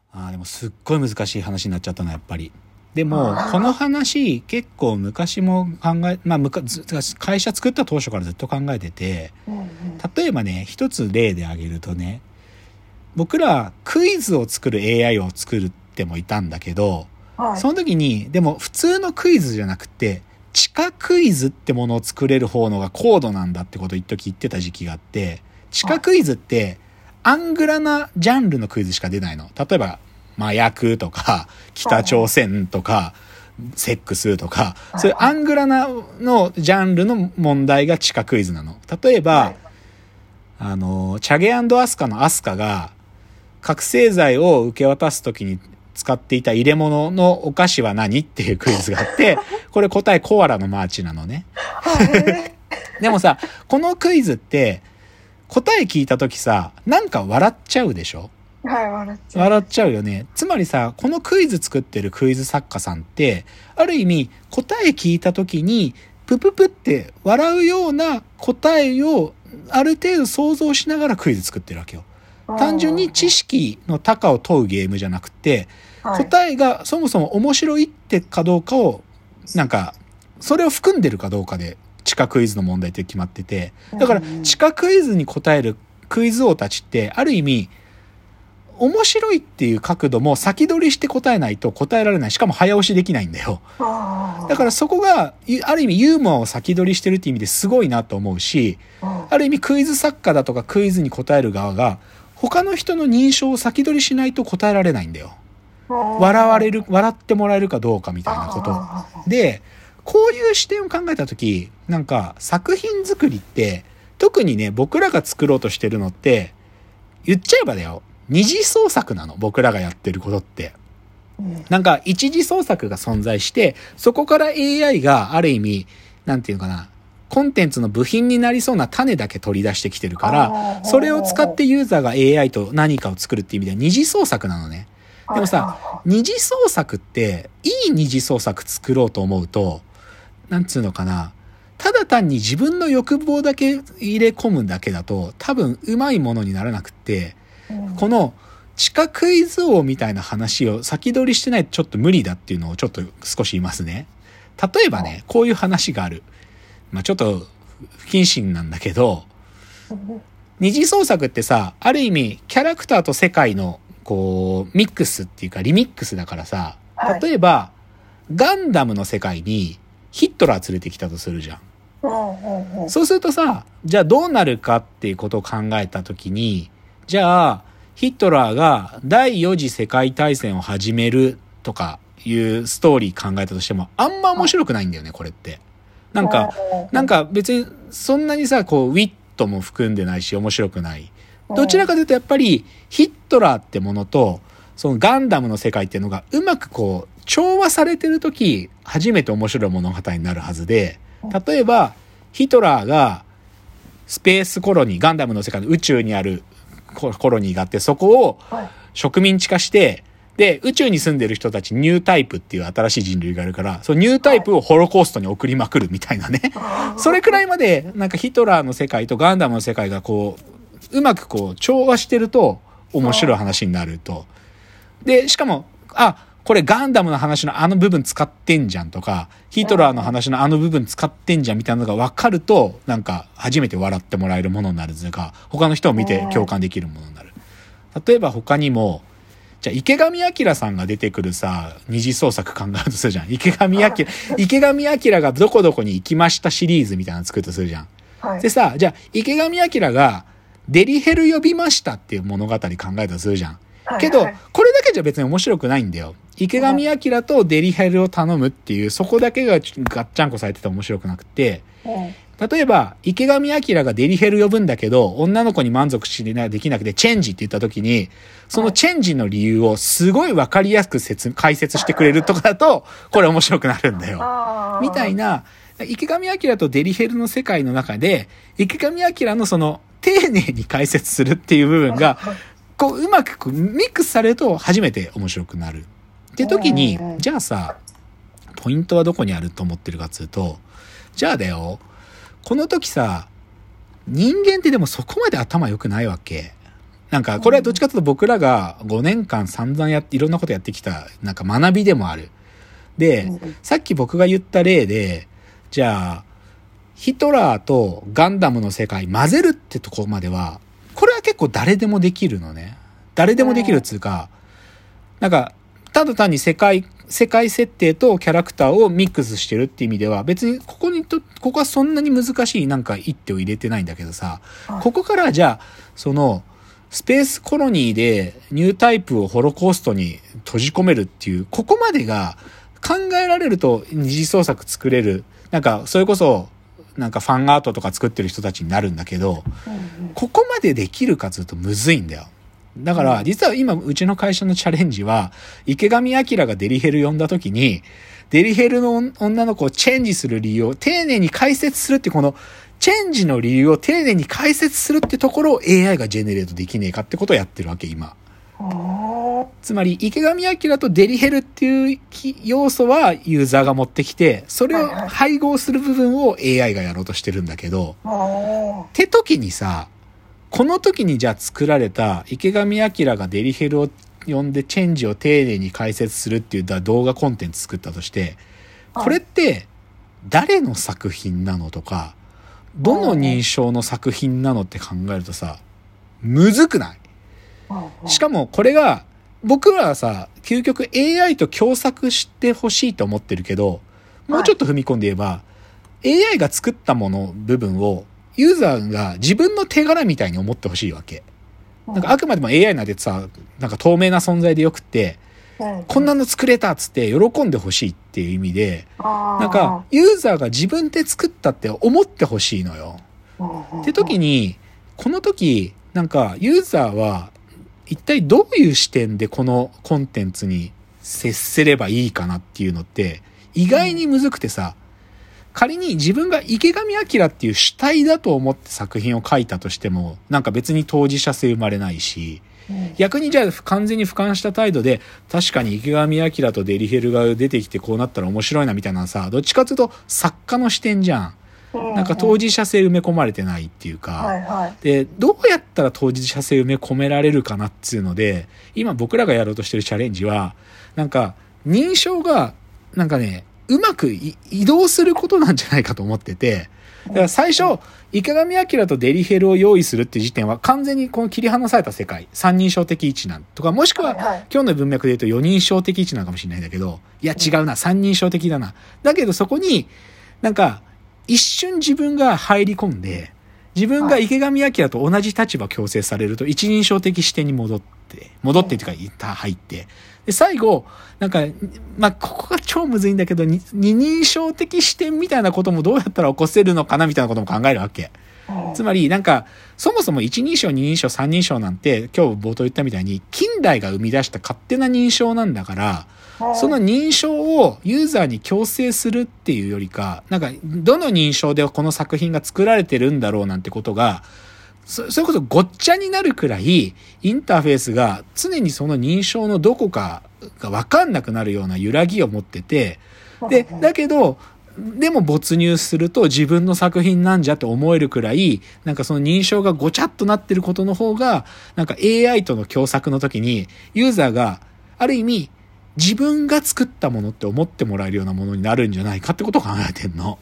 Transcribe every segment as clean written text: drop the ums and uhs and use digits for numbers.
でもすっごい難しい話になっちゃったな、やっぱり。でも、この話、結構昔も会社作った当初からずっと考えてて、例えばね、一つ例で挙げるとね、僕らクイズを作る AI を作ってもいたんだけど、その時に、でも普通のクイズじゃなくて、地下クイズってものを作れる方のが高度なんだってことを一時言ってた時期があって、地下クイズって、アングラなジャンルのクイズしか出ないの。例えば、麻薬とか、北朝鮮とか、セックスとか、そういうアングラなのジャンルの問題が地下クイズなの。例えば、チャゲ&アスカのアスカが、覚醒剤を受け渡すときに使っていた入れ物のお菓子は何っていうクイズがあって、これ答えコアラのマーチなのね。でもさ、このクイズって、答え聞いたときさ、なんか笑っちゃうでしょ？ はい、 笑っちゃうよね。つまりさ、このクイズ作ってるクイズ作家さんって、ある意味答え聞いた時にプププって笑うような答えをある程度想像しながらクイズ作ってるわけよ。単純に知識の高を問うゲームじゃなくて、答えがそもそも面白いってかどうかを、なんか、それを含んでるかどうかで地下クイズの問題って決まってて、だから地下クイズに答えるクイズ王たちってある意味面白いっていう角度も先取りして答えないと答えられない。しかも早押しできないんだよ。だからそこがある意味ユーモアを先取りしてるっていう意味ですごいなと思うし、ある意味クイズ作家だとかクイズに答える側が他の人の認証を先取りしないと答えられないんだよ。笑ってもらえるかどうかみたいなこと。で、こういう視点を考えたとき、なんか作品作りって、特にね、僕らが作ろうとしてるのって、言っちゃえばだよ、二次創作なの、僕らがやってることって。なんか一次創作が存在して、そこから AI がある意味、なんていうのかな、コンテンツの部品になりそうな種だけ取り出してきてるから、それを使ってユーザーが AI と何かを作るっていう意味では二次創作なのね。でもさ、二次創作って、いい二次創作作ろうと思うと、なんつうのかな、ただ単に自分の欲望だけ入れ込むだけだと、多分うまいものにならなくって、この地下クイズ王みたいな話を先取りしてないとちょっと無理だっていうのをちょっと少し言いますね。例えばね、こういう話がある。ちょっと不謹慎なんだけど、二次創作ってさ、ある意味キャラクターと世界のこうミックスっていうかリミックスだからさ、例えばガンダムの世界にヒットラー連れてきたとするじゃん。そうするとさ、じゃあどうなるかっていうことを考えたときに、じゃあヒットラーが第4次世界大戦を始めるとかいうストーリー考えたとしてもあんま面白くないんだよね、これって。なんか別にそんなにさ、こうウィットも含んでないし面白くない。どちらかというとやっぱりヒットラーってものとそのガンダムの世界っていうのがうまくこう調和されてるとき初めて面白い物語になるはずで、例えばヒトラーがスペースコロニー、ガンダムの世界の宇宙にあるコロニーがあって、そこを植民地化して、で宇宙に住んでる人たちニュータイプっていう新しい人類がいるから、そのニュータイプをホロコーストに送りまくるみたいなね、それくらいまでなんかヒトラーの世界とガンダムの世界がこううまくこう調和してると面白い話になると。でしかもこれガンダムの話のあの部分使ってんじゃんとか、ヒトラーの話のあの部分使ってんじゃんみたいなのが分かると、なんか初めて笑ってもらえるものになるというか、他の人を見て共感できるものになる。例えば他にも、じゃあ池上彰さんが出てくるさ、二次創作考えるとするじゃん。池上彰がどこどこに行きましたシリーズみたいなの作るとするじゃん。でさ、じゃあ池上彰がデリヘル呼びましたっていう物語考えたとするじゃん。けど、これだけじゃ別に面白くないんだよ。池上彰とデリヘルを頼むっていう、そこだけがガッチャンコされてて面白くなくて、例えば、池上彰がデリヘル呼ぶんだけど、女の子に満足できなくてチェンジって言った時に、そのチェンジの理由をすごいわかりやすく解説してくれるとかだと、これ面白くなるんだよ。みたいな、池上彰とデリヘルの世界の中で、池上彰のその、丁寧に解説するっていう部分が、こう、うまくミックスされると初めて面白くなる。って時に、じゃあさ、ポイントはどこにあると思ってるかっつうと、じゃあだよ、この時さ、人間ってでもそこまで頭良くないわけ。 なんか、これはどっちかというと僕らが5年間散々いろんなことやってきた、なんか学びでもある。で、さっき僕が言った例で、じゃあ、ヒトラーとガンダムの世界混ぜるってとこまでは、これは結構誰でもできるのね。誰でもできるっつうか、なんか、ただ単に世界設定とキャラクターをミックスしてるって意味では、別にここはそんなに難しいなんか一手を入れてないんだけどさ、ここからじゃあ、その、スペースコロニーでニュータイプをホロコーストに閉じ込めるっていう、ここまでが考えられると二次創作作れる。なんか、それこそ、なんかファンアートとか作ってる人たちになるんだけど、ここまでできるかというとむずいんだよ。だから、実は今、うちの会社のチャレンジは、池上彰がデリヘル呼んだ時に、デリヘルの女の子をチェンジする理由を丁寧に解説するって、この、チェンジの理由を丁寧に解説するってところを AI がジェネレートできねえかってことをやってるわけ、今。つまり、池上彰とデリヘルっていう要素はユーザーが持ってきて、それを配合する部分を AI がやろうとしてるんだけど、って時にさ、この時にじゃあ作られた池上彰がデリヘルを呼んでチェンジを丁寧に解説するっていう動画コンテンツ作ったとして、これって誰の作品なのとか、どの認証の作品なのって考えるとさ、むずくない？しかもこれが、僕らはさ、究極 AI と共作してほしいと思ってるけど、もうちょっと踏み込んで言えば、AI が作ったもの部分をユーザーが自分の手柄みたいに思ってほしいわけ。なんかあくまでも AI なんてさ、なんか透明な存在でよくって、こんなの作れたっつって喜んでほしいっていう意味で、なんかユーザーが自分で作ったって思ってほしいのよ。って時に、この時、なんかユーザーは一体どういう視点でこのコンテンツに接すればいいかなっていうのって意外にむずくてさ、仮に自分が池上彰っていう主体だと思って作品を書いたとしても、なんか別に当事者性生まれないし、逆にじゃあ完全に俯瞰した態度で、確かに池上彰とデリヘルが出てきてこうなったら面白いなみたいなさ、どっちかというと作家の視点じゃん。なんか当事者性埋め込まれてないっていうか、で、どうやったら当事者性埋め込められるかなっていうので、今僕らがやろうとしてるチャレンジは、なんか認証が、なんかね、うまく移動することなんじゃないかと思ってて、だから最初、池上彰とデリヘルを用意するっていう時点は完全にこの切り離された世界、三人称的位置なんとか、もしくは今日の文脈で言うと四人称的位置なのかもしれないんだけど、いや違うな、三人称的だな。だけどそこに、なんか、一瞬自分が入り込んで、自分が池上彰と同じ立場強制されると一人称的視点に戻ってっていうか、入って、で、最後、なんか、まあ、ここが超むずいんだけど、二人称的視点みたいなこともどうやったら起こせるのかなみたいなことも考えるわけ。つまり、なんか、そもそも一人称、二人称、三人称なんて、今日冒頭言ったみたいに、近代が生み出した勝手な認証なんだから、その認証をユーザーに強制するっていうよりか、なんか、どの認証でこの作品が作られてるんだろうなんてことが、それこそごっちゃになるくらい、インターフェースが常にその認証のどこかがわかんなくなるような揺らぎを持ってて、で、だけど、でも没入すると自分の作品なんじゃって思えるくらい、なんかその認証がごちゃっとなってることの方が、なんか AI との共作の時に、ユーザーが、ある意味、自分が作ったものって思ってもらえるようなものになるんじゃないかってことを考えてんの。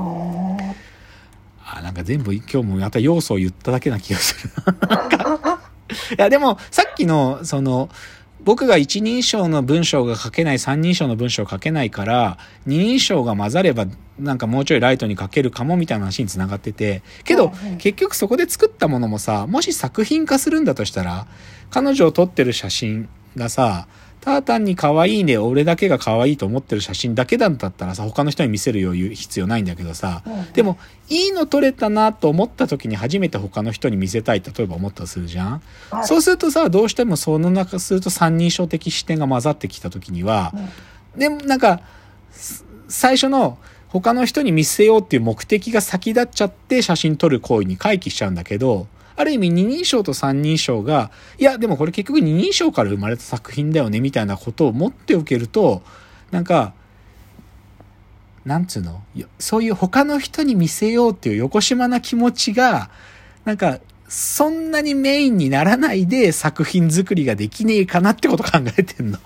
なんか全部今日もまた要素を言っただけな気がする。いやでもさっきのその僕が一人称の文章が書けない、三人称の文章を書けないから二人称が混ざればなんかもうちょいライトに書けるかもみたいな話に繋がってて、けど結局そこで作ったものもさ、もし作品化するんだとしたら彼女を撮ってる写真がさ、ただ単に可愛いね、俺だけが可愛いと思ってる写真だけだったらさ、他の人に見せる余裕必要ないんだけどさ、でもいいの撮れたなと思った時に初めて他の人に見せたい、例えば思ったとするじゃん。そうするとさ、どうしてもその中すると三人称的視点が混ざってきた時には、でもなんか最初の他の人に見せようっていう目的が先立っちゃって写真撮る行為に回帰しちゃうんだけど、ある意味二人称と三人称が、いやでもこれ結局二人称から生まれた作品だよねみたいなことを持っておけると、なんかなんつうの、そういう他の人に見せようっていう横島な気持ちがなんかそんなにメインにならないで作品作りができねえかなってこと考えてんの。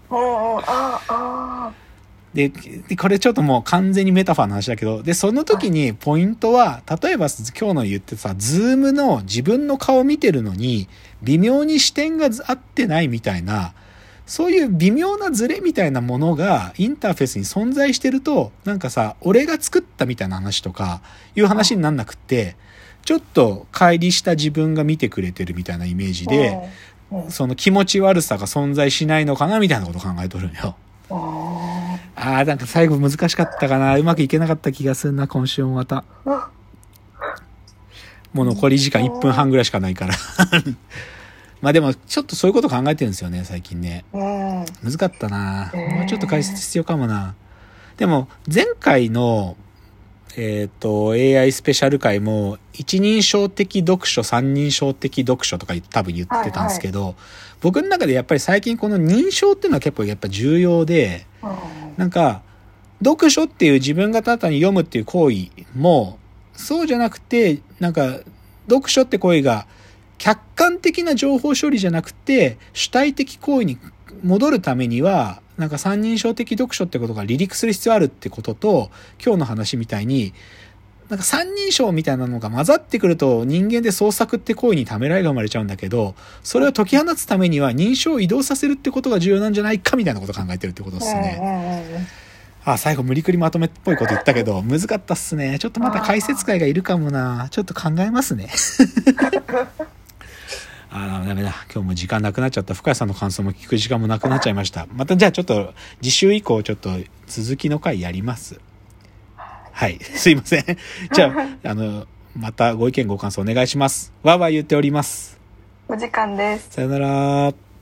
で、これちょっともう完全にメタファーの話だけど、で、その時にポイントは、例えば今日の言ってさ、ズームの自分の顔見てるのに、微妙に視点が合ってないみたいな、そういう微妙なズレみたいなものがインターフェースに存在してると、なんかさ、俺が作ったみたいな話とか、いう話になんなくって、ちょっと乖離した自分が見てくれてるみたいなイメージで、その気持ち悪さが存在しないのかなみたいなことを考えとるんよ。なんか最後難しかったかな。うまくいけなかった気がするな、今週もまた。もう残り時間1分半ぐらいしかないから。まあでも、ちょっとそういうこと考えてるんですよね、最近ね。難かったな。もうちょっと解説必要かもな。でも、前回の、AI スペシャル回も、一人称的読書、三人称的読書とか多分言ってたんですけど、僕の中でやっぱり最近この認証っていうのは結構やっぱ重要で、なんか、読書っていう自分がただに読むっていう行為も、そうじゃなくて、なんか、読書って行為が、客観的な情報処理じゃなくて、主体的行為に戻るためには、なんか三人称的読書ってことが離陸する必要あるってことと、今日の話みたいに、なんか三人称みたいなのが混ざってくると人間で創作って行為にためらいが生まれちゃうんだけど、それを解き放つためには認証を移動させるってことが重要なんじゃないかみたいなことを考えてるってことですね。最後無理くりまとめっぽいこと言ったけど、難かったっすね。ちょっとまた解説会がいるかもな。ちょっと考えますね。ダメだ。今日も時間なくなっちゃった。深谷さんの感想も聞く時間もなくなっちゃいました。またじゃあちょっと次週以降ちょっと続きの回やります。はい。すいません。じゃあ、またご意見ご感想お願いします。わーわー言っております。 お時間です。 さよなら。